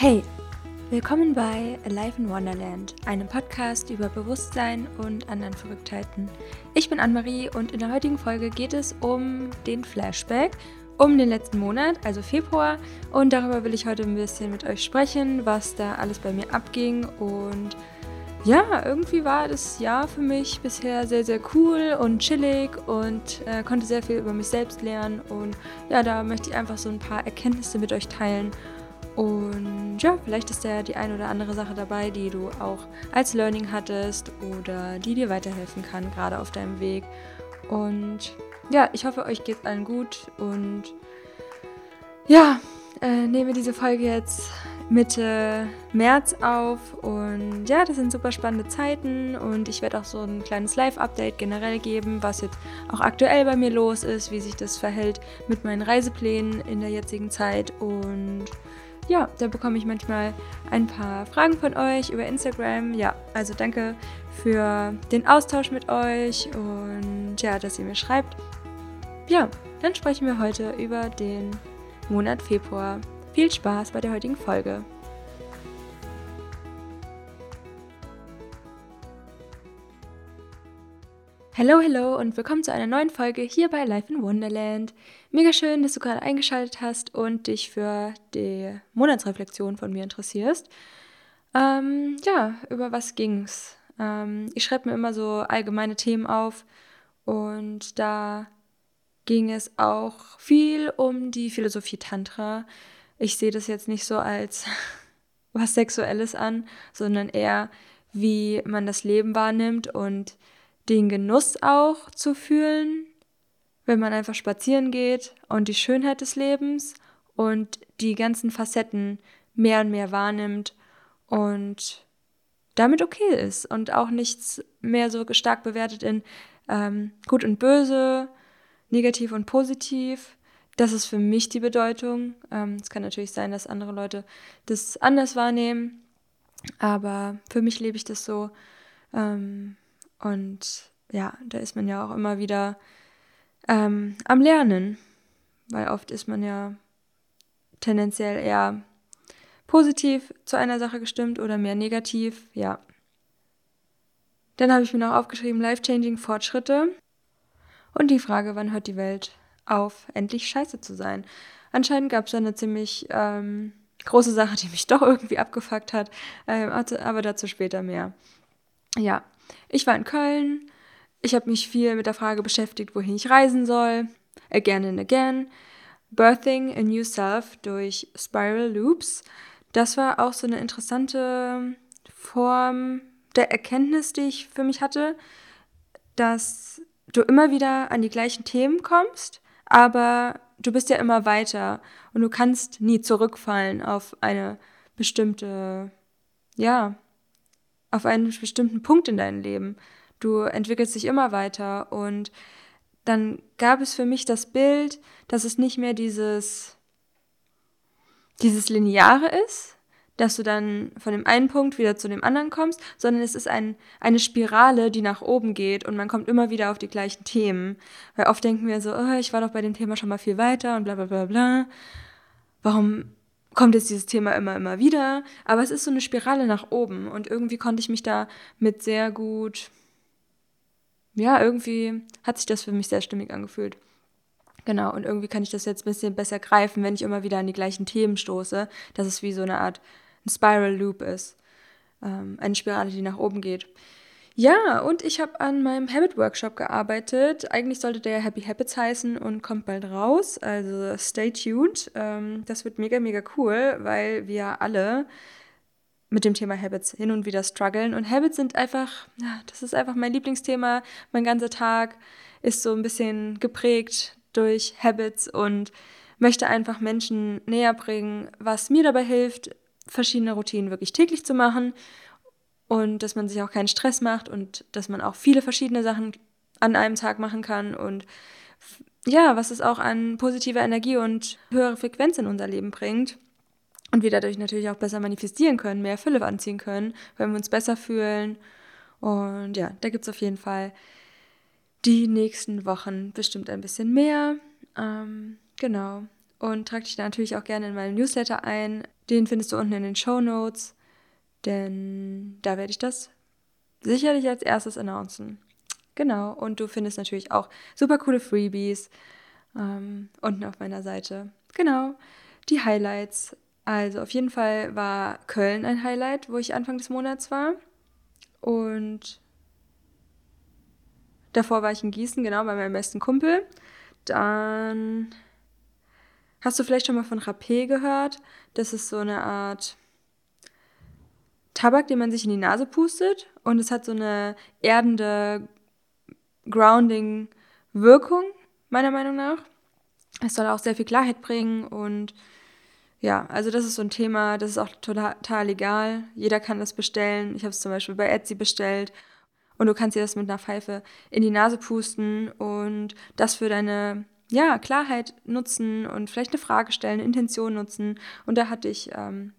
Hey, willkommen bei Alive in Wonderland, einem Podcast über Bewusstsein und anderen Verrücktheiten. Ich bin Anne-Marie und in der heutigen Folge geht es um den Flashback, um den letzten Monat, also Februar. Und darüber will ich heute ein bisschen mit euch sprechen, was da alles bei mir abging. Und ja, irgendwie war das Jahr für mich bisher sehr, sehr cool und chillig und konnte sehr viel über mich selbst lernen. Und ja, da möchte ich einfach so ein paar Erkenntnisse mit euch teilen. Und ja, vielleicht ist da die ein oder andere Sache dabei, die du auch als Learning hattest oder die dir weiterhelfen kann, gerade auf deinem Weg. Und ja, ich hoffe, euch geht's allen gut und ja, nehme diese Folge jetzt Mitte März auf und ja, das sind super spannende Zeiten und ich werde auch so ein kleines Live-Update generell geben, was jetzt auch aktuell bei mir los ist, wie sich das verhält mit meinen Reiseplänen in der jetzigen Zeit und ja, da bekomme ich manchmal ein paar Fragen von euch über Instagram. Ja, also danke für den Austausch mit euch und ja, dass ihr mir schreibt. Ja, dann sprechen wir heute über den Monat Februar. Viel Spaß bei der heutigen Folge. Hallo und willkommen zu einer neuen Folge hier bei Life in Wonderland. Mega schön, dass du gerade eingeschaltet hast und dich für die Monatsreflexion von mir interessierst. Ja, über was ging's? Ich schreibe mir immer so allgemeine Themen auf und da ging es auch viel um die Philosophie Tantra. Ich sehe das jetzt nicht so als was Sexuelles an, sondern eher, wie man das Leben wahrnimmt und den Genuss auch zu fühlen, wenn man einfach spazieren geht und die Schönheit des Lebens und die ganzen Facetten mehr und mehr wahrnimmt und damit okay ist und auch nichts mehr so stark bewertet in gut und böse, negativ und positiv. Das ist für mich die Bedeutung. Es kann natürlich sein, dass andere Leute das anders wahrnehmen, aber für mich lebe ich das so. Und ja, da ist man ja auch immer wieder am Lernen, weil oft ist man ja tendenziell eher positiv zu einer Sache gestimmt oder mehr negativ, ja. Dann habe ich mir noch aufgeschrieben, life-changing Fortschritte und die Frage, wann hört die Welt auf, endlich scheiße zu sein. Anscheinend gab es da eine ziemlich große Sache, die mich doch irgendwie abgefuckt hat, aber dazu später mehr. Ja, ich war in Köln. Ich habe mich viel mit der Frage beschäftigt, wohin ich reisen soll. Again and Again. Birthing a New Self durch Spiral Loops. Das war auch so eine interessante Form der Erkenntnis, die ich für mich hatte, dass du immer wieder an die gleichen Themen kommst, aber du bist ja immer weiter und du kannst nie zurückfallen auf eine bestimmte, ja, auf einen bestimmten Punkt in deinem Leben. Du entwickelst dich immer weiter und dann gab es für mich das Bild, dass es nicht mehr dieses Lineare ist, dass du dann von dem einen Punkt wieder zu dem anderen kommst, sondern es ist eine Spirale, die nach oben geht und man kommt immer wieder auf die gleichen Themen. Weil oft denken wir so, oh, ich war doch bei dem Thema schon mal viel weiter und bla bla bla bla. Warum kommt jetzt dieses Thema immer wieder? Aber es ist so eine Spirale nach oben und irgendwie konnte ich mich da mit sehr gut, ja, irgendwie hat sich das für mich sehr stimmig angefühlt. Genau, und irgendwie kann ich das jetzt ein bisschen besser greifen, wenn ich immer wieder an die gleichen Themen stoße, dass es wie so eine Art ein Spiral Loop ist, eine Spirale, die nach oben geht. Ja, und ich habe an meinem Habit-Workshop gearbeitet. Eigentlich sollte der Happy Habits heißen und kommt bald raus, also stay tuned. Das wird mega, mega cool, weil wir alle mit dem Thema Habits hin und wieder strugglen. Und Habits sind einfach, ja, das ist einfach mein Lieblingsthema. Mein ganzer Tag ist so ein bisschen geprägt durch Habits und möchte einfach Menschen näher bringen, was mir dabei hilft, verschiedene Routinen wirklich täglich zu machen und dass man sich auch keinen Stress macht und dass man auch viele verschiedene Sachen an einem Tag machen kann und ja, was es auch an positiver Energie und höhere Frequenz in unser Leben bringt. Und wir dadurch natürlich auch besser manifestieren können, mehr Fülle anziehen können, wenn wir uns besser fühlen. Und ja, da gibt es auf jeden Fall die nächsten Wochen bestimmt ein bisschen mehr. Genau. Und trag dich da natürlich auch gerne in meinen Newsletter ein. Den findest du unten in den Shownotes, denn da werde ich das sicherlich als erstes announcen. Genau, und du findest natürlich auch super coole Freebies unten auf meiner Seite. Genau, die Highlights. Also auf jeden Fall war Köln ein Highlight, wo ich Anfang des Monats war. Und davor war ich in Gießen, genau, bei meinem besten Kumpel. Dann hast du vielleicht schon mal von Rapé gehört. Das ist so eine Art Tabak, den man sich in die Nase pustet. Und es hat so eine erdende, grounding Wirkung, meiner Meinung nach. Es soll auch sehr viel Klarheit bringen und ja, also das ist so ein Thema, das ist auch total legal. Jeder kann das bestellen. Ich habe es zum Beispiel bei Etsy bestellt und du kannst dir das mit einer Pfeife in die Nase pusten und das für deine Klarheit nutzen und vielleicht eine Frage stellen, eine Intention nutzen. Und da hatte ich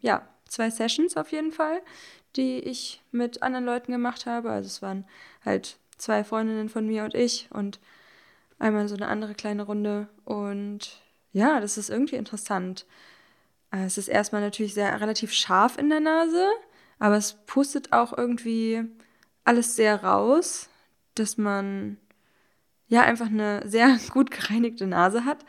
2 Sessions auf jeden Fall, die ich mit anderen Leuten gemacht habe. Also es waren halt 2 Freundinnen von mir und ich und einmal so eine andere kleine Runde. Und ja, das ist irgendwie interessant. Es ist erstmal natürlich relativ scharf in der Nase, aber es pustet auch irgendwie alles sehr raus, dass man ja einfach eine sehr gut gereinigte Nase hat.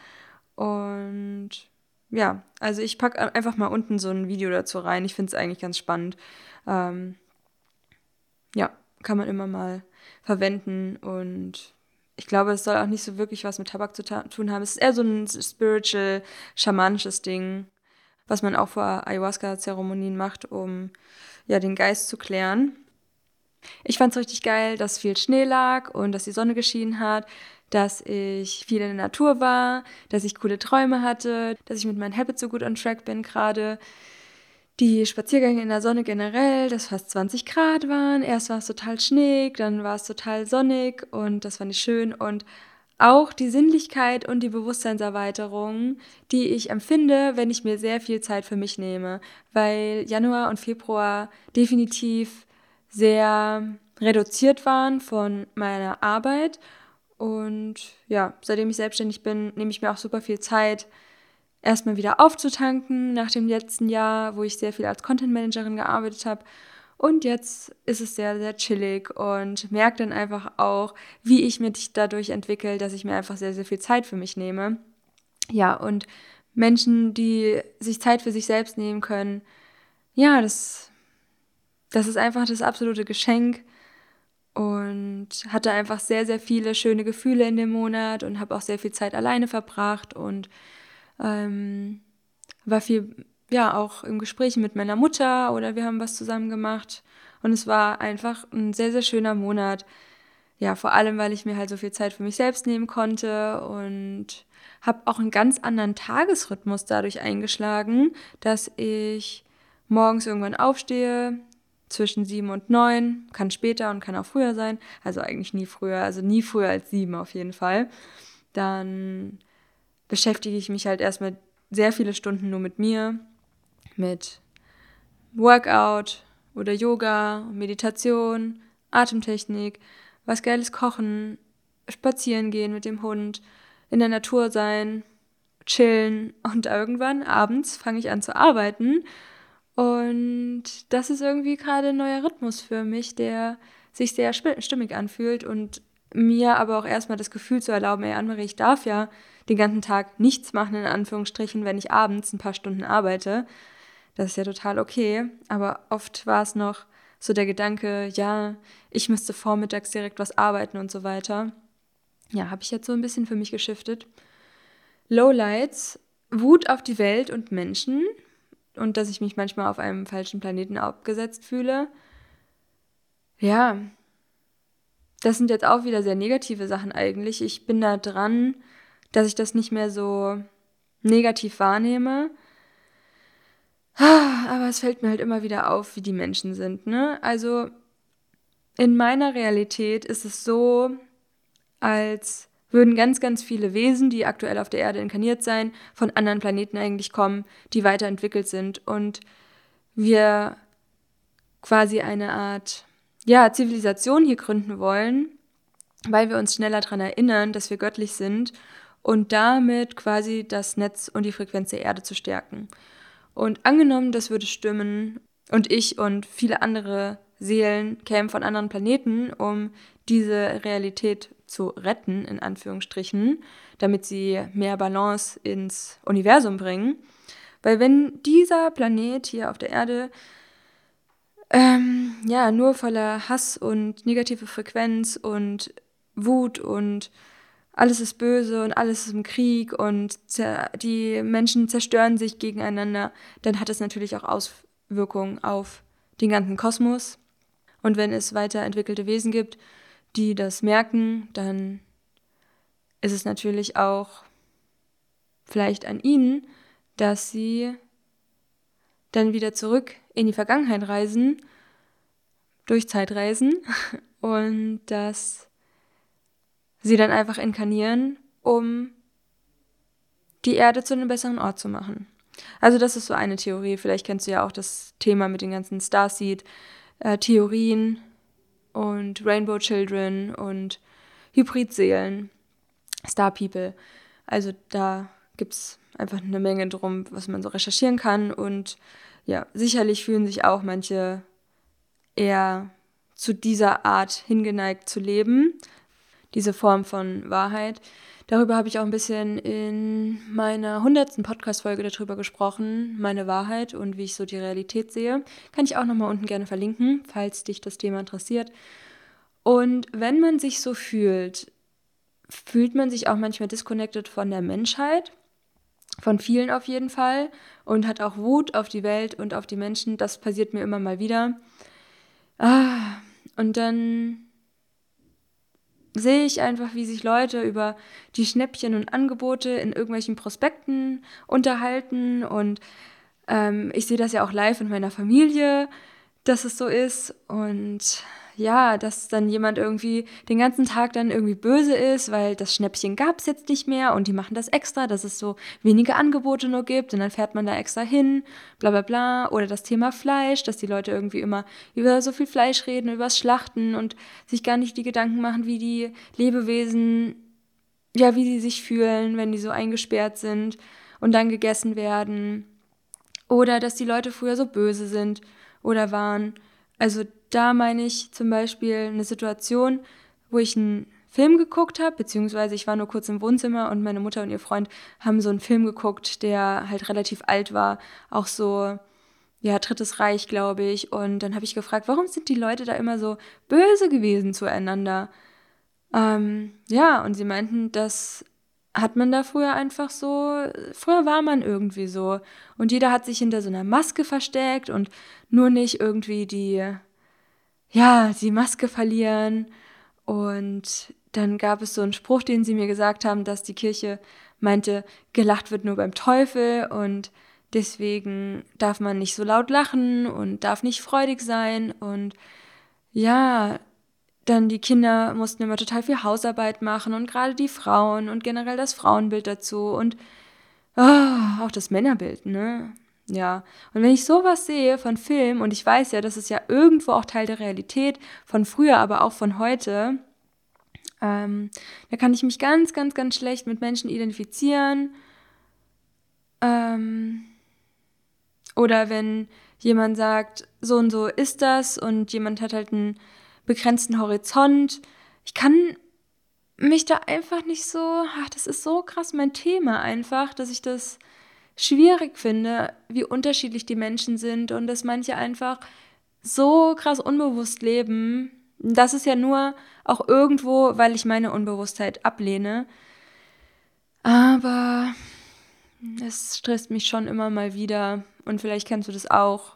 Und ja, also ich packe einfach mal unten so ein Video dazu rein. Ich finde es eigentlich ganz spannend. Ähm, ja, kann man immer mal verwenden und ich glaube, es soll auch nicht so wirklich was mit Tabak zu tun haben. Es ist eher so ein spiritual, schamanisches Ding, was man auch vor Ayahuasca-Zeremonien macht, um ja den Geist zu klären. Ich fand es richtig geil, dass viel Schnee lag und dass die Sonne geschienen hat, dass ich viel in der Natur war, dass ich coole Träume hatte, dass ich mit meinen Habits so gut on track bin gerade. Die Spaziergänge in der Sonne generell, dass fast 20 Grad waren. Erst war es total schneeig, dann war es total sonnig und das fand ich schön. Und auch die Sinnlichkeit und die Bewusstseinserweiterung, die ich empfinde, wenn ich mir sehr viel Zeit für mich nehme. Weil Januar und Februar definitiv sehr reduziert waren von meiner Arbeit. Und ja, seitdem ich selbstständig bin, nehme ich mir auch super viel Zeit, erstmal wieder aufzutanken nach dem letzten Jahr, wo ich sehr viel als Content Managerin gearbeitet habe. Und jetzt ist es sehr, sehr chillig und merke dann einfach auch, wie ich mich dadurch entwickle, dass ich mir einfach sehr, sehr viel Zeit für mich nehme. Ja, und Menschen, die sich Zeit für sich selbst nehmen können, ja, das ist einfach das absolute Geschenk und hatte einfach sehr, sehr viele schöne Gefühle in dem Monat und habe auch sehr viel Zeit alleine verbracht und war viel, ja, auch im Gespräch mit meiner Mutter oder wir haben was zusammen gemacht. Und es war einfach ein sehr, sehr schöner Monat. Ja, vor allem, weil ich mir halt so viel Zeit für mich selbst nehmen konnte und habe auch einen ganz anderen Tagesrhythmus dadurch eingeschlagen, dass ich morgens irgendwann aufstehe, zwischen 7 und 9, kann später und kann auch früher sein. Also eigentlich nie früher, also nie früher als 7 auf jeden Fall. Dann beschäftige ich mich halt erstmal sehr viele Stunden nur mit mir, mit Workout oder Yoga, Meditation, Atemtechnik, was Geiles kochen, spazieren gehen mit dem Hund, in der Natur sein, chillen und irgendwann abends fange ich an zu arbeiten und das ist irgendwie gerade ein neuer Rhythmus für mich, der sich sehr stimmig anfühlt und mir aber auch erstmal das Gefühl zu erlauben, ey Annemarie, ich darf ja den ganzen Tag nichts machen, in Anführungsstrichen, wenn ich abends ein paar Stunden arbeite. Das ist ja total okay, aber oft war es noch so der Gedanke, ja, ich müsste vormittags direkt was arbeiten und so weiter. Ja, habe ich jetzt so ein bisschen für mich geschiftet. Lowlights, Wut auf die Welt und Menschen und dass ich mich manchmal auf einem falschen Planeten abgesetzt fühle. Ja, das sind jetzt auch wieder sehr negative Sachen eigentlich. Ich bin da dran, dass ich das nicht mehr so negativ wahrnehme. Aber es fällt mir halt immer wieder auf, wie die Menschen sind, ne? Also in meiner Realität ist es so, als würden ganz, ganz viele Wesen, die aktuell auf der Erde inkarniert sein, von anderen Planeten eigentlich kommen, die weiterentwickelt sind und wir quasi eine Art, ja, Zivilisation hier gründen wollen, weil wir uns schneller daran erinnern, dass wir göttlich sind und damit quasi das Netz und die Frequenz der Erde zu stärken. Und angenommen, das würde stimmen und ich und viele andere Seelen kämen von anderen Planeten, um diese Realität zu retten, in Anführungsstrichen, damit sie mehr Balance ins Universum bringen. Weil wenn dieser Planet hier auf der Erde nur voller Hass und negative Frequenz und Wut und alles ist böse und alles ist im Krieg und die Menschen zerstören sich gegeneinander, dann hat es natürlich auch Auswirkungen auf den ganzen Kosmos. Und wenn es weiterentwickelte Wesen gibt, die das merken, dann ist es natürlich auch vielleicht an ihnen, dass sie dann wieder zurück in die Vergangenheit reisen, durch Zeitreisen, und dass sie dann einfach inkarnieren, um die Erde zu einem besseren Ort zu machen. Also das ist so eine Theorie. Vielleicht kennst du ja auch das Thema mit den ganzen Starseed-Theorien und Rainbow Children und Hybridseelen, Star People. Also da gibt es einfach eine Menge drum, was man so recherchieren kann. Und ja, sicherlich fühlen sich auch manche eher zu dieser Art hingeneigt zu leben, diese Form von Wahrheit. Darüber habe ich auch ein bisschen in meiner 100. Podcast-Folge darüber gesprochen, meine Wahrheit und wie ich so die Realität sehe. Kann ich auch nochmal unten gerne verlinken, falls dich das Thema interessiert. Und wenn man sich so fühlt, fühlt man sich auch manchmal disconnected von der Menschheit, von vielen auf jeden Fall, und hat auch Wut auf die Welt und auf die Menschen. Das passiert mir immer mal wieder. Und dann sehe ich einfach, wie sich Leute über die Schnäppchen und Angebote in irgendwelchen Prospekten unterhalten. Und ich sehe das ja auch live in meiner Familie, dass es so ist. Und ja, dass dann jemand irgendwie den ganzen Tag dann irgendwie böse ist, weil das Schnäppchen gab es jetzt nicht mehr und die machen das extra, dass es so wenige Angebote nur gibt und dann fährt man da extra hin, bla bla bla. Oder das Thema Fleisch, dass die Leute irgendwie immer über so viel Fleisch reden, über das Schlachten und sich gar nicht die Gedanken machen, wie die Lebewesen, ja, wie sie sich fühlen, wenn die so eingesperrt sind und dann gegessen werden. Oder dass die Leute früher so böse sind oder waren. Also da meine ich zum Beispiel eine Situation, wo ich einen Film geguckt habe, beziehungsweise ich war nur kurz im Wohnzimmer und meine Mutter und ihr Freund haben so einen Film geguckt, der halt relativ alt war, auch so, ja, Drittes Reich, glaube ich. Und dann habe ich gefragt, warum sind die Leute da immer so böse gewesen zueinander? Ja, und sie meinten, das hat man da früher einfach so, früher war man irgendwie so. Und jeder hat sich hinter so einer Maske versteckt und nur nicht irgendwie die Maske verlieren. Und dann gab es so einen Spruch, den sie mir gesagt haben, dass die Kirche meinte, gelacht wird nur beim Teufel und deswegen darf man nicht so laut lachen und darf nicht freudig sein. Und ja, dann die Kinder mussten immer total viel Hausarbeit machen und gerade die Frauen und generell das Frauenbild dazu und auch das Männerbild, ne? Ja, und wenn ich sowas sehe von Film, und ich weiß ja, das ist ja irgendwo auch Teil der Realität, von früher, aber auch von heute, da kann ich mich ganz, ganz, ganz schlecht mit Menschen identifizieren. Oder wenn jemand sagt, so und so ist das und jemand hat halt einen begrenzten Horizont. Ich kann mich da einfach nicht so, das ist so krass mein Thema einfach, dass ich das schwierig finde, wie unterschiedlich die Menschen sind und dass manche einfach so krass unbewusst leben. Das ist ja nur auch irgendwo, weil ich meine Unbewusstheit ablehne. Aber es stresst mich schon immer mal wieder und vielleicht kennst du das auch.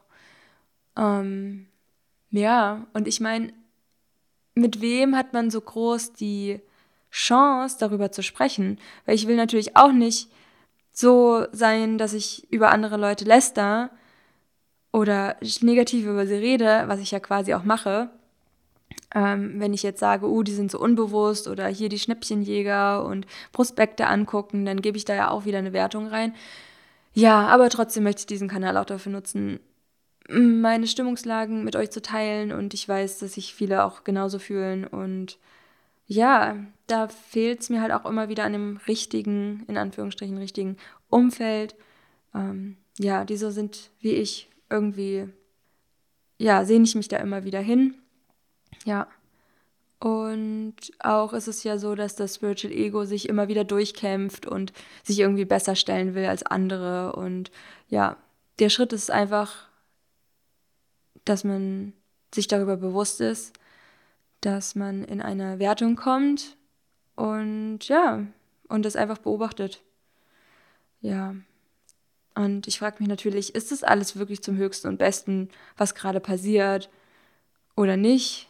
Ja, und ich meine, mit wem hat man so groß die Chance, darüber zu sprechen? Weil ich will natürlich auch nicht so sein, dass ich über andere Leute läster oder negativ über sie rede, was ich ja quasi auch mache. Wenn ich jetzt sage, die sind so unbewusst oder hier die Schnäppchenjäger und Prospekte angucken, dann gebe ich da ja auch wieder eine Wertung rein. Ja, aber trotzdem möchte ich diesen Kanal auch dafür nutzen, meine Stimmungslagen mit euch zu teilen und ich weiß, dass sich viele auch genauso fühlen und ja, da fehlt es mir halt auch immer wieder an dem richtigen, in Anführungsstrichen richtigen Umfeld. ja, die so sind wie ich, irgendwie, ja, sehne ich mich da immer wieder hin. Ja. Und auch ist es ja so, dass das Spiritual Ego sich immer wieder durchkämpft und sich irgendwie besser stellen will als andere. Und ja, der Schritt ist einfach, dass man sich darüber bewusst ist, dass man in eine Wertung kommt und ja, und das einfach beobachtet. Ja, und ich frage mich natürlich, ist das alles wirklich zum Höchsten und Besten, was gerade passiert oder nicht?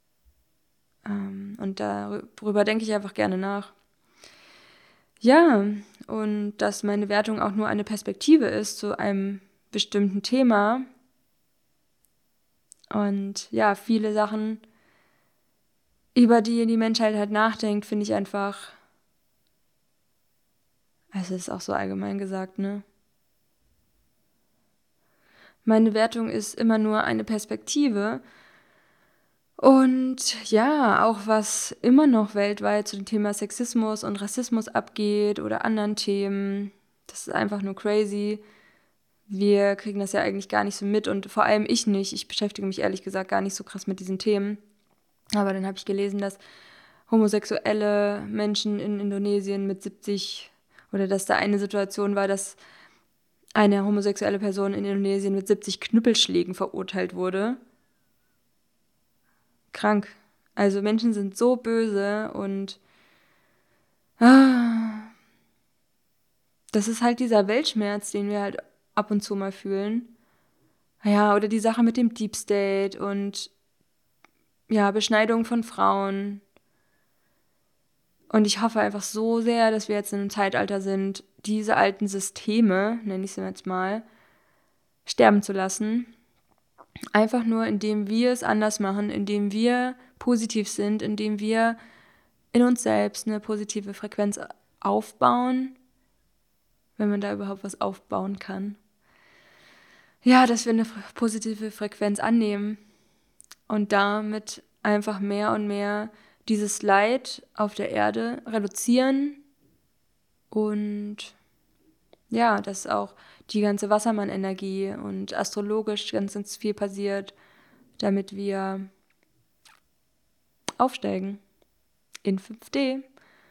Und darüber denke ich einfach gerne nach. Ja, und dass meine Wertung auch nur eine Perspektive ist zu einem bestimmten Thema. Und ja, viele Sachen, über die die Menschheit halt nachdenkt, finde ich einfach, also es ist auch so allgemein gesagt, ne? Meine Wertung ist immer nur eine Perspektive. Und ja, auch was immer noch weltweit zu dem Thema Sexismus und Rassismus abgeht oder anderen Themen, das ist einfach nur crazy. Wir kriegen das ja eigentlich gar nicht so mit und vor allem ich nicht. Ich beschäftige mich ehrlich gesagt gar nicht so krass mit diesen Themen. Aber dann habe ich gelesen, dass homosexuelle Menschen in Indonesien mit 70 oder dass da eine Situation war, dass eine homosexuelle Person in Indonesien mit 70 Knüppelschlägen verurteilt wurde. Krank. Also Menschen sind so böse und das ist halt dieser Weltschmerz, den wir halt ab und zu mal fühlen. Ja, oder die Sache mit dem Deep State und ja, Beschneidung von Frauen. Und ich hoffe einfach so sehr, dass wir jetzt in einem Zeitalter sind, diese alten Systeme, nenne ich sie jetzt mal, sterben zu lassen. Einfach nur, indem wir es anders machen, indem wir positiv sind, indem wir in uns selbst eine positive Frequenz aufbauen, wenn man da überhaupt was aufbauen kann. Ja, dass wir eine positive Frequenz annehmen und damit einfach mehr und mehr dieses Leid auf der Erde reduzieren und ja, dass auch die ganze Wassermann-Energie und astrologisch ganz, ganz viel passiert, damit wir aufsteigen in 5D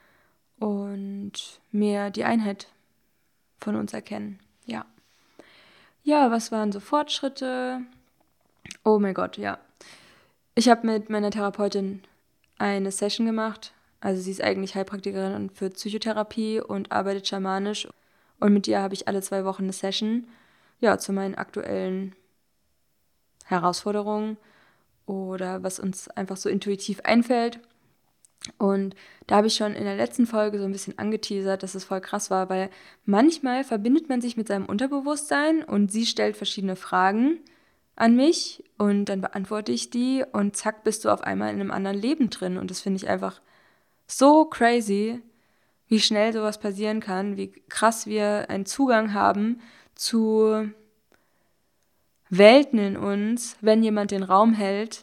und mehr die Einheit von uns erkennen. Ja. Ja, was waren so Fortschritte? Oh mein Gott, ja. Ich habe mit meiner Therapeutin eine Session gemacht. Also sie ist eigentlich Heilpraktikerin für Psychotherapie und arbeitet schamanisch. Und mit ihr habe ich alle 2 Wochen eine Session, ja, zu meinen aktuellen Herausforderungen oder was uns einfach so intuitiv einfällt. Und da habe ich schon in der letzten Folge so ein bisschen angeteasert, dass es voll krass war, weil manchmal verbindet man sich mit seinem Unterbewusstsein und sie stellt verschiedene Fragen an mich und dann beantworte ich die und zack, bist du auf einmal in einem anderen Leben drin. Und das finde ich einfach so crazy, wie schnell sowas passieren kann, wie krass wir einen Zugang haben zu Welten in uns, wenn jemand den Raum hält.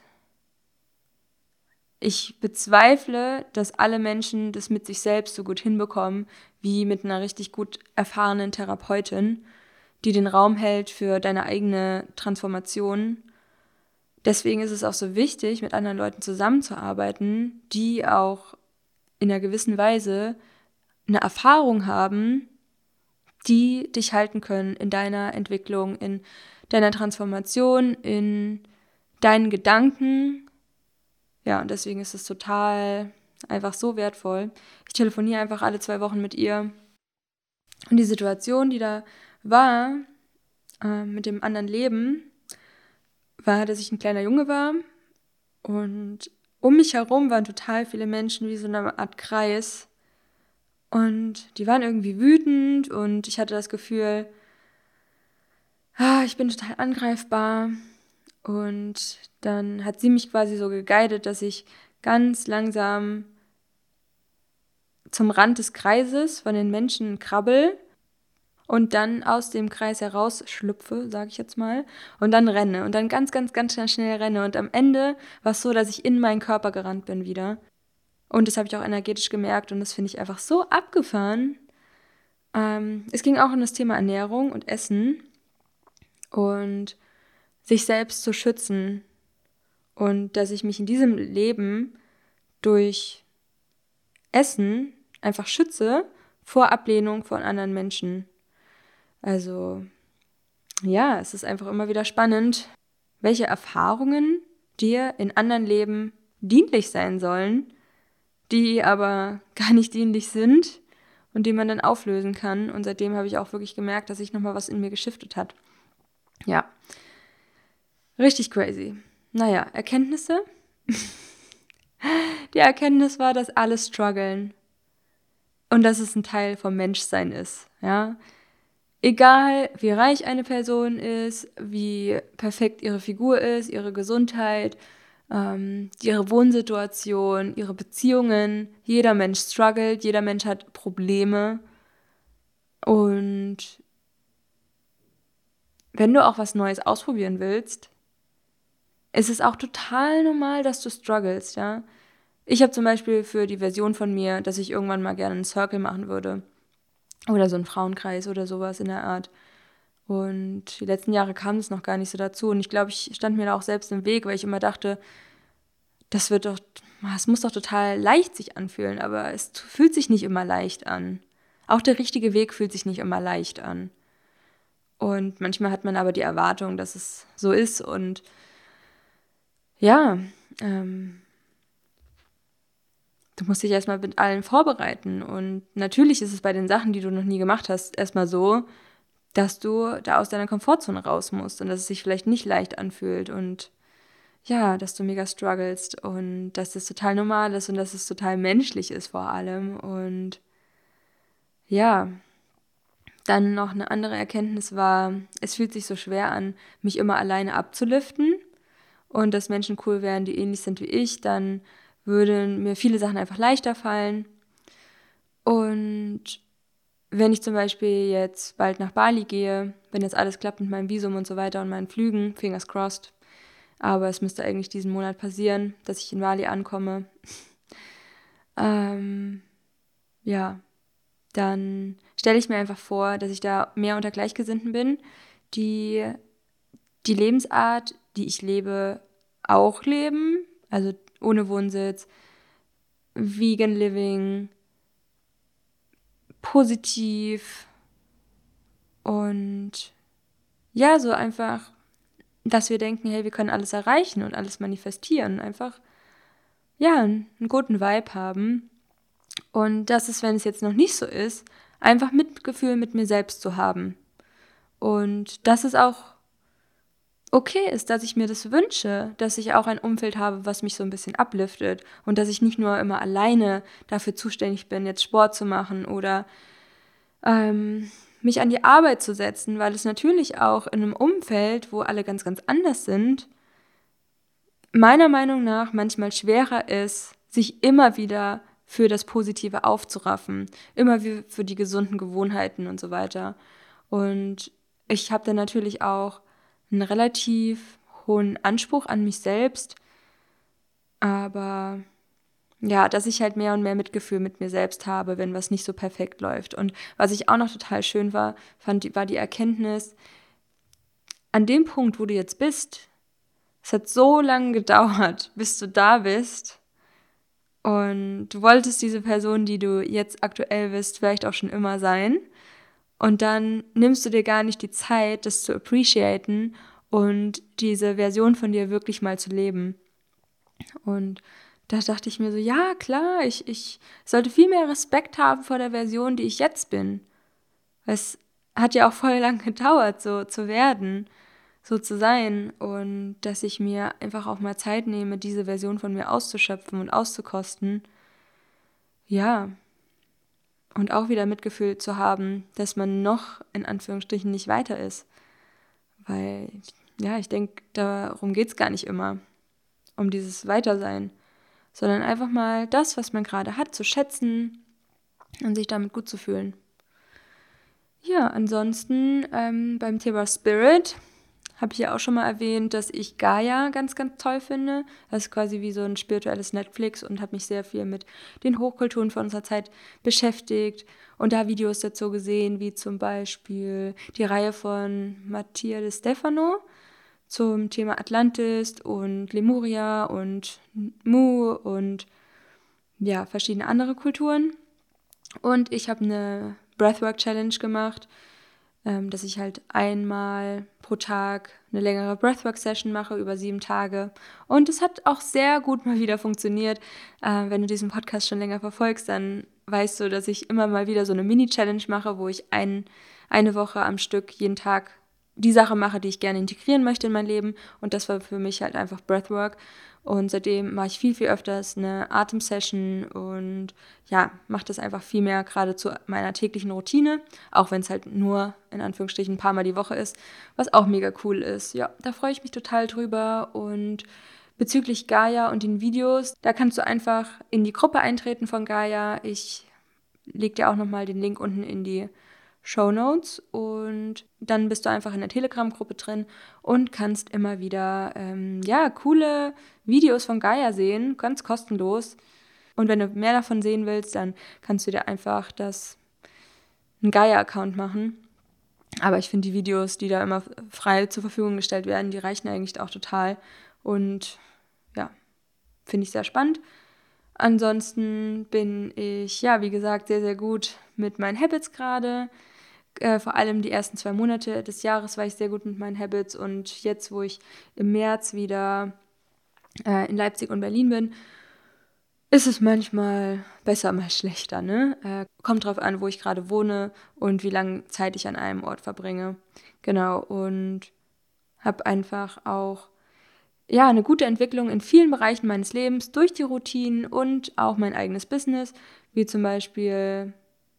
Ich bezweifle, dass alle Menschen das mit sich selbst so gut hinbekommen, wie mit einer richtig gut erfahrenen Therapeutin, die den Raum hält für deine eigene Transformation. Deswegen ist es auch so wichtig, mit anderen Leuten zusammenzuarbeiten, die auch in einer gewissen Weise eine Erfahrung haben, die dich halten können in deiner Entwicklung, in deiner Transformation, in deinen Gedanken. Ja, und deswegen ist es total einfach so wertvoll. Ich telefoniere einfach alle 2 Wochen mit ihr. Und die Situation, die da war, mit dem anderen Leben, war, dass ich ein kleiner Junge war und um mich herum waren total viele Menschen wie so eine Art Kreis. Und die waren irgendwie wütend und ich hatte das Gefühl, ich bin total angreifbar. Und dann hat sie mich quasi so geguidet, dass ich ganz langsam zum Rand des Kreises von den Menschen krabbel und dann aus dem Kreis herausschlüpfe, sage ich jetzt mal, und dann renne und dann ganz, ganz, ganz schnell renne. Und am Ende war es so, dass ich in meinen Körper gerannt bin wieder. Und das habe ich auch energetisch gemerkt und das finde ich einfach so abgefahren. Es ging auch um das Thema Ernährung und Essen. und sich selbst zu schützen und dass ich mich in diesem Leben durch Essen einfach schütze vor Ablehnung von anderen Menschen. Also ja, es ist einfach immer wieder spannend, welche Erfahrungen dir in anderen Leben dienlich sein sollen, die aber gar nicht dienlich sind und die man dann auflösen kann. Und seitdem habe ich auch wirklich gemerkt, dass sich nochmal was in mir geschiftet hat. Ja, richtig crazy. Naja, Erkenntnisse. Die Erkenntnis war, dass alle strugglen und dass es ein Teil vom Menschsein ist, ja. Egal, wie reich eine Person ist, wie perfekt ihre Figur ist, ihre Gesundheit, ihre Wohnsituation, ihre Beziehungen, jeder Mensch struggelt, jeder Mensch hat Probleme. Und wenn du auch was Neues ausprobieren willst, ist es auch total normal, dass du strugglest, ja. Ich habe zum Beispiel für die Version von mir, dass ich irgendwann mal gerne einen Circle machen würde. Oder so einen Frauenkreis oder sowas in der Art. Und die letzten Jahre kam es noch gar nicht so dazu. Und ich glaube, ich stand mir da auch selbst im Weg, weil ich immer dachte, es muss doch total leicht sich anfühlen, aber es fühlt sich nicht immer leicht an. Auch der richtige Weg fühlt sich nicht immer leicht an. Und manchmal hat man aber die Erwartung, dass es so ist. Und ja, du musst dich erstmal mit allem vorbereiten. Und natürlich ist es bei den Sachen, die du noch nie gemacht hast, erstmal so, dass du da aus deiner Komfortzone raus musst und dass es sich vielleicht nicht leicht anfühlt und ja, dass du mega strugglest und dass das total normal ist und dass es total menschlich ist vor allem. Und ja, dann noch eine andere Erkenntnis war, es fühlt sich so schwer an, mich immer alleine abzuliften und dass Menschen cool wären, die ähnlich sind wie ich, dann würden mir viele Sachen einfach leichter fallen. Und wenn ich zum Beispiel jetzt bald nach Bali gehe, wenn jetzt alles klappt mit meinem Visum und so weiter und meinen Flügen, fingers crossed, aber es müsste eigentlich diesen Monat passieren, dass ich in Bali ankomme, ja, dann stelle ich mir einfach vor, dass ich da mehr unter Gleichgesinnten bin, die die Lebensart, die ich lebe, auch leben, also ohne Wohnsitz, Vegan Living, positiv und ja, so einfach, dass wir denken, hey, wir können alles erreichen und alles manifestieren, einfach, ja, einen guten Vibe haben. Und das ist, wenn es jetzt noch nicht so ist, einfach Mitgefühl mit mir selbst zu haben. Und dass es auch okay ist, dass ich mir das wünsche, dass ich auch ein Umfeld habe, was mich so ein bisschen upliftet und dass ich nicht nur immer alleine dafür zuständig bin, jetzt Sport zu machen oder mich an die Arbeit zu setzen, weil es natürlich auch in einem Umfeld, wo alle ganz, ganz anders sind, meiner Meinung nach manchmal schwerer ist, sich immer wieder für das Positive aufzuraffen, immer für die gesunden Gewohnheiten und so weiter. Und ich habe dann natürlich auch einen relativ hohen Anspruch an mich selbst, aber ja, dass ich halt mehr und mehr Mitgefühl mit mir selbst habe, wenn was nicht so perfekt läuft. Und was ich auch noch total schön war die Erkenntnis, an dem Punkt, wo du jetzt bist, es hat so lange gedauert, bis du da bist. Und du wolltest diese Person, die du jetzt aktuell bist, vielleicht auch schon immer sein. Und dann nimmst du dir gar nicht die Zeit, das zu appreciaten und diese Version von dir wirklich mal zu leben. Und da dachte ich mir so, ja, klar, ich sollte viel mehr Respekt haben vor der Version, die ich jetzt bin. Es hat ja auch voll lang gedauert, so zu werden, so zu sein. Und dass ich mir einfach auch mal Zeit nehme, diese Version von mir auszuschöpfen und auszukosten. Ja, und auch wieder Mitgefühl zu haben, dass man noch in Anführungsstrichen nicht weiter ist. Weil, ja, ich denke, darum geht es gar nicht immer, um dieses Weitersein, sondern einfach mal das, was man gerade hat, zu schätzen und sich damit gut zu fühlen. Ja, ansonsten beim Thema Spirit habe ich ja auch schon mal erwähnt, dass ich Gaia ganz, ganz toll finde. Das ist quasi wie so ein spirituelles Netflix und habe mich sehr viel mit den Hochkulturen von unserer Zeit beschäftigt und da Videos dazu gesehen, wie zum Beispiel die Reihe von Mattia De Stefano zum Thema Atlantis und Lemuria und Mu und ja, verschiedene andere Kulturen. Und ich habe eine Breathwork-Challenge gemacht, dass ich halt einmal pro Tag eine längere Breathwork-Session mache über 7 Tage. Und es hat auch sehr gut mal wieder funktioniert. Wenn du diesen Podcast schon länger verfolgst, dann weißt du, dass ich immer mal wieder so eine Mini-Challenge mache, wo ich eine Woche am Stück jeden Tag die Sache mache, die ich gerne integrieren möchte in mein Leben. Und das war für mich halt einfach Breathwork. Und seitdem mache ich viel, viel öfters eine Atemsession und ja, mache das einfach viel mehr gerade zu meiner täglichen Routine, auch wenn es halt nur in Anführungsstrichen ein paar Mal die Woche ist, was auch mega cool ist. Ja, da freue ich mich total drüber. Und bezüglich Gaia und den Videos, da kannst du einfach in die Gruppe eintreten von Gaia. Ich lege dir auch nochmal den Link unten in die Shownotes und dann bist du einfach in der Telegram-Gruppe drin und kannst immer wieder coole Videos von Gaia sehen, ganz kostenlos. Und wenn du mehr davon sehen willst, dann kannst du dir einfach einen Gaia-Account machen. Aber ich finde die Videos, die da immer frei zur Verfügung gestellt werden, die reichen eigentlich auch total. Und ja, finde ich sehr spannend. Ansonsten bin ich, ja, wie gesagt, sehr, sehr gut mit meinen Habits gerade. Vor allem die ersten 2 Monate des Jahres war ich sehr gut mit meinen Habits und jetzt, wo ich im März wieder in Leipzig und Berlin bin, ist es manchmal besser, mal schlechter, ne? Kommt drauf an, wo ich gerade wohne und wie lange Zeit ich an einem Ort verbringe. Genau, und habe einfach auch eine gute Entwicklung in vielen Bereichen meines Lebens durch die Routinen und auch mein eigenes Business, wie zum Beispiel,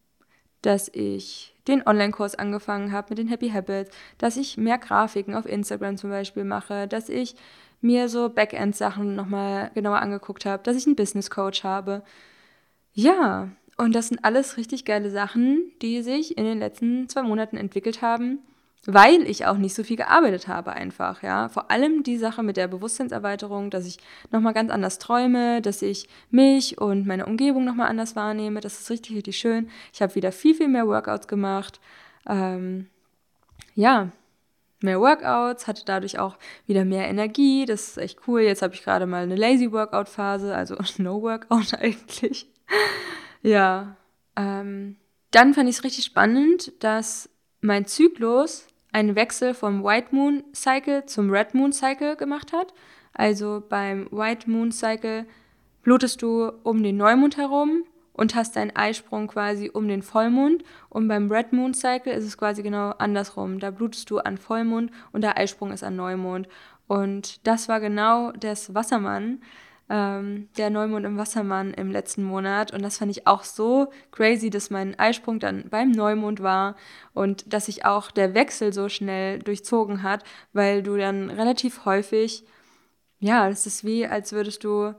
dass ich den Online-Kurs angefangen habe mit den Happy Habits, dass ich mehr Grafiken auf Instagram zum Beispiel mache, dass ich mir so Backend-Sachen nochmal genauer angeguckt habe, dass ich einen Business-Coach habe. Ja, und das sind alles richtig geile Sachen, die sich in den letzten 2 Monaten entwickelt haben, weil ich auch nicht so viel gearbeitet habe einfach, ja. Vor allem die Sache mit der Bewusstseinserweiterung, dass ich nochmal ganz anders träume, dass ich mich und meine Umgebung nochmal anders wahrnehme. Das ist richtig, richtig schön. Ich habe wieder viel, viel mehr Workouts gemacht. Mehr Workouts, hatte dadurch auch wieder mehr Energie. Das ist echt cool. Jetzt habe ich gerade mal eine Lazy Workout-Phase, also No Workout eigentlich. Ja, dann fand ich es richtig spannend, dass mein Zyklus einen Wechsel vom White Moon Cycle zum Red Moon Cycle gemacht hat. Also beim White Moon Cycle blutest du um den Neumond herum und hast deinen Eisprung quasi um den Vollmond. Und beim Red Moon Cycle ist es quasi genau andersrum. Da blutest du an Vollmond und der Eisprung ist an Neumond. Und das war genau das Wassermann, der Neumond im Wassermann im letzten Monat. Und das fand ich auch so crazy, dass mein Eisprung dann beim Neumond war und dass sich auch der Wechsel so schnell durchzogen hat, weil du dann relativ häufig, ja, das ist wie, als würdest du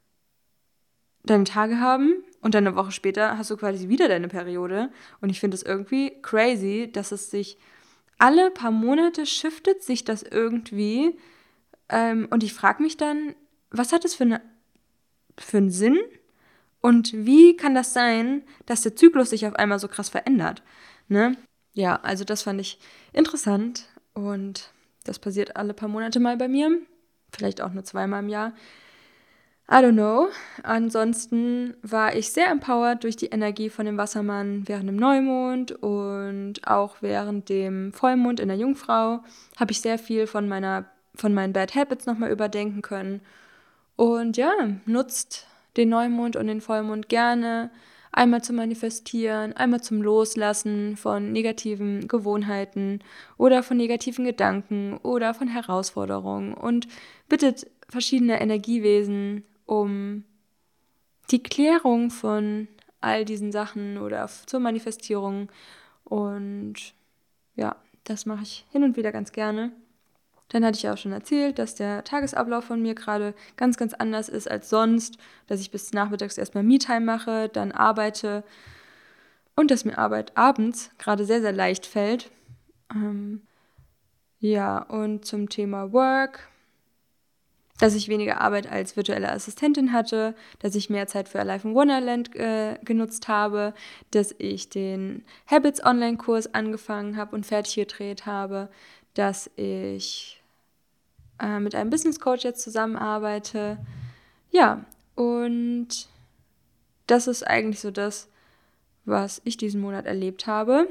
deine Tage haben und dann eine Woche später hast du quasi wieder deine Periode. Und ich finde es irgendwie crazy, dass es sich alle paar Monate shiftet sich das irgendwie. Und ich frage mich dann, was hat das für einen Sinn? Und wie kann das sein, dass der Zyklus sich auf einmal so krass verändert? Ne? Ja, also das fand ich interessant. Und das passiert alle paar Monate mal bei mir. Vielleicht auch nur 2-mal im Jahr. I don't know. Ansonsten war ich sehr empowered durch die Energie von dem Wassermann während dem Neumond und auch während dem Vollmond in der Jungfrau habe ich sehr viel von meinen Bad Habits nochmal überdenken können. Und ja, nutzt den Neumond und den Vollmond gerne, einmal zum Manifestieren, einmal zum Loslassen von negativen Gewohnheiten oder von negativen Gedanken oder von Herausforderungen und bittet verschiedene Energiewesen um die Klärung von all diesen Sachen oder zur Manifestierung. Und ja, das mache ich hin und wieder ganz gerne. Dann hatte ich ja auch schon erzählt, dass der Tagesablauf von mir gerade ganz, ganz anders ist als sonst, dass ich bis nachmittags erstmal Me-Time mache, dann arbeite und dass mir Arbeit abends gerade sehr, sehr leicht fällt. Ja, und zum Thema Work, dass ich weniger Arbeit als virtuelle Assistentin hatte, dass ich mehr Zeit für Alive in Wonderland genutzt habe, dass ich den Habits Online-Kurs angefangen habe und fertig gedreht habe, dass ich mit einem Business Coach jetzt zusammenarbeite. Ja, und das ist eigentlich so das, was ich diesen Monat erlebt habe.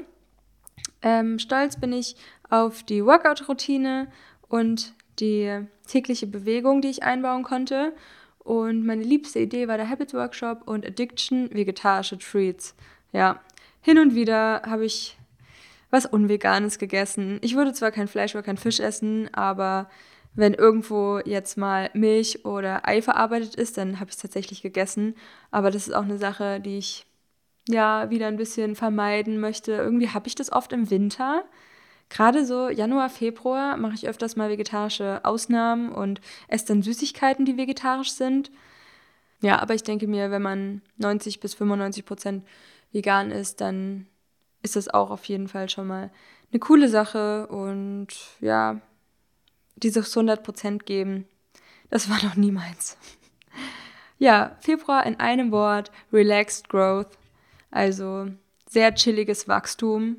Stolz bin ich auf die Workout-Routine und die tägliche Bewegung, die ich einbauen konnte. Und meine liebste Idee war der Habit-Workshop und Addiction, vegetarische Treats. Ja, hin und wieder habe ich was Unveganes gegessen. Ich würde zwar kein Fleisch oder kein Fisch essen, aber wenn irgendwo jetzt mal Milch oder Ei verarbeitet ist, dann habe ich es tatsächlich gegessen. Aber das ist auch eine Sache, die ich ja wieder ein bisschen vermeiden möchte. Irgendwie habe ich das oft im Winter. Gerade so Januar, Februar mache ich öfters mal vegetarische Ausnahmen und esse dann Süßigkeiten, die vegetarisch sind. Ja, aber ich denke mir, wenn man 90-95% vegan ist, dann ist das auch auf jeden Fall schon mal eine coole Sache. Und ja, dieses 100% geben, das war noch nie meins. Ja, Februar in einem Wort, Relaxed Growth. Also sehr chilliges Wachstum.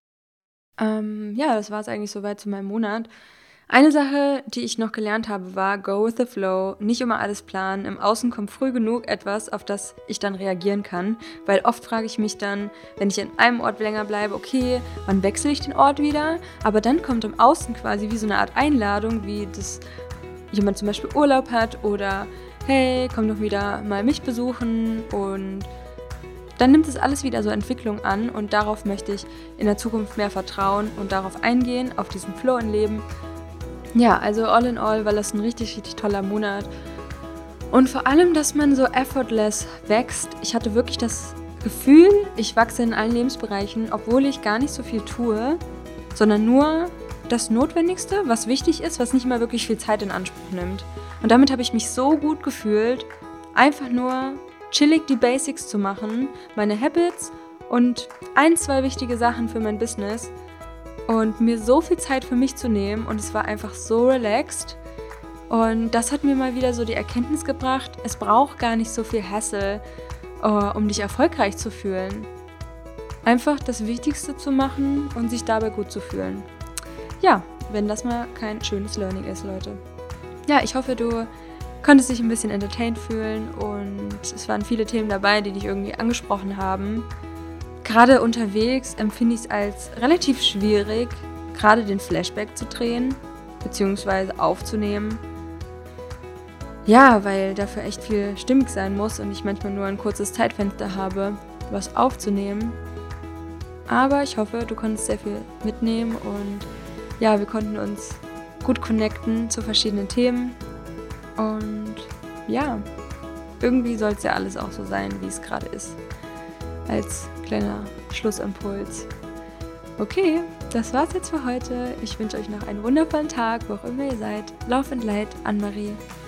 Ja, das war es eigentlich soweit zu meinem Monat. Eine Sache, die ich noch gelernt habe, war Go with the flow, nicht immer alles planen. Im Außen kommt früh genug etwas, auf das ich dann reagieren kann. Weil oft frage ich mich dann, wenn ich an einem Ort länger bleibe, okay, wann wechsle ich den Ort wieder? Aber dann kommt im Außen quasi wie so eine Art Einladung, wie das jemand zum Beispiel Urlaub hat oder hey, komm doch wieder mal mich besuchen, und dann nimmt es alles wieder so Entwicklung an, und darauf möchte ich in der Zukunft mehr vertrauen und darauf eingehen, auf diesen Flow im Leben. Ja, also all in all war das ein richtig, richtig toller Monat. Und vor allem, dass man so effortless wächst. Ich hatte wirklich das Gefühl, ich wachse in allen Lebensbereichen, obwohl ich gar nicht so viel tue, sondern nur das Notwendigste, was wichtig ist, was nicht mal wirklich viel Zeit in Anspruch nimmt. Und damit habe ich mich so gut gefühlt, einfach nur chillig die Basics zu machen, meine Habits und 1-2 wichtige Sachen für mein Business und mir so viel Zeit für mich zu nehmen, und es war einfach so relaxed. Und das hat mir mal wieder so die Erkenntnis gebracht, es braucht gar nicht so viel Hassle, um dich erfolgreich zu fühlen. Einfach das Wichtigste zu machen und sich dabei gut zu fühlen. Ja, wenn das mal kein schönes Learning ist, Leute. Ja, ich hoffe, du konntest dich ein bisschen entertained fühlen, und es waren viele Themen dabei, die dich irgendwie angesprochen haben. Gerade unterwegs empfinde ich es als relativ schwierig, gerade den Flashback zu drehen, beziehungsweise aufzunehmen. Ja, weil dafür echt viel stimmig sein muss und ich manchmal nur ein kurzes Zeitfenster habe, was aufzunehmen. Aber ich hoffe, du konntest sehr viel mitnehmen, und ja, wir konnten uns gut connecten zu verschiedenen Themen. Und ja, irgendwie soll es ja alles auch so sein, wie es gerade ist. Als kleiner Schlussimpuls. Okay, das war's jetzt für heute. Ich wünsche euch noch einen wundervollen Tag, wo auch immer ihr seid. Love and Light, Anne-Marie.